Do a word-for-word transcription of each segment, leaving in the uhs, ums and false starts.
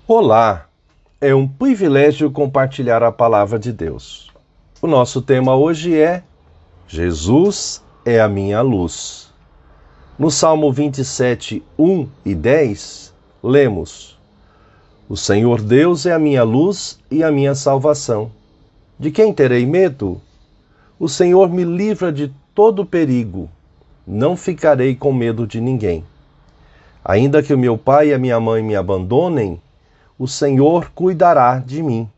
Olá, é um privilégio compartilhar a palavra de Deus. O nosso tema hoje é Jesus é a minha luz. No Salmo vinte e sete, um e dez, lemos: O Senhor Deus é a minha luz e a minha salvação. De quem terei medo? O Senhor me livra de todo perigo. Não ficarei com medo de ninguém. Ainda que o meu pai e a minha mãe me abandonem, o Senhor cuidará de mim.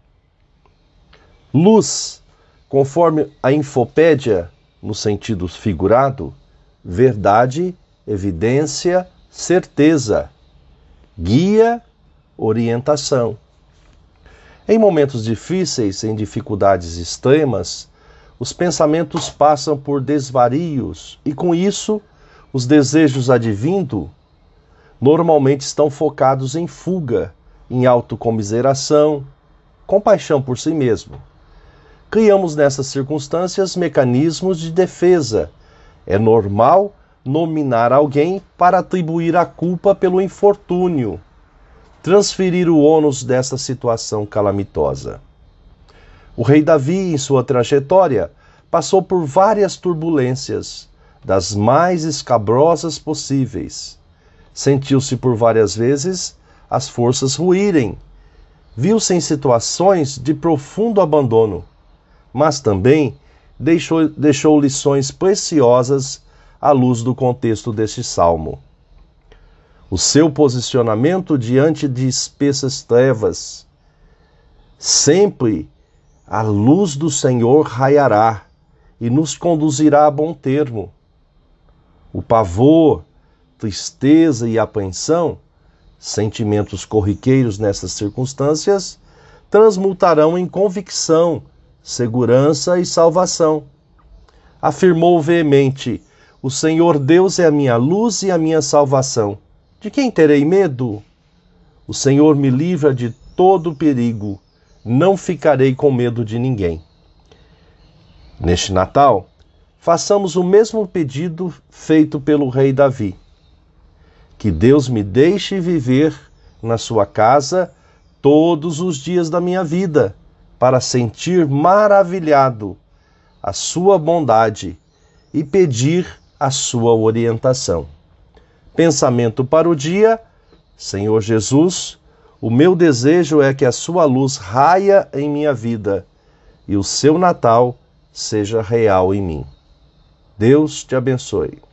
Luz, conforme a Infopédia, no sentido figurado, verdade, evidência, certeza, guia, orientação. Em momentos difíceis, em dificuldades extremas, os pensamentos passam por desvarios e, com isso, os desejos advindo normalmente estão focados em fuga, em autocomiseração, compaixão por si mesmo. Criamos nessas circunstâncias mecanismos de defesa. É normal nominar alguém para atribuir a culpa pelo infortúnio, transferir o ônus dessa situação calamitosa. O rei Davi, em sua trajetória, passou por várias turbulências, das mais escabrosas possíveis. Sentiu-se por várias vezes as forças ruírem. Viu-se em situações de profundo abandono, mas também deixou, deixou lições preciosas à luz do contexto deste salmo. O seu posicionamento diante de espessas trevas. Sempre a luz do Senhor raiará e nos conduzirá a bom termo. O pavor, tristeza e apreensão, sentimentos corriqueiros nessas circunstâncias, transmutarão em convicção, segurança e salvação. Afirmou veemente: O Senhor Deus é a minha luz e a minha salvação. De quem terei medo? O Senhor me livra de todo perigo. Não ficarei com medo de ninguém. Neste Natal, façamos o mesmo pedido feito pelo rei Davi. Que Deus me deixe viver na sua casa todos os dias da minha vida, para sentir maravilhado a sua bondade e pedir a sua orientação. Pensamento para o dia: Senhor Jesus, o meu desejo é que a sua luz raia em minha vida e o seu Natal seja real em mim. Deus te abençoe.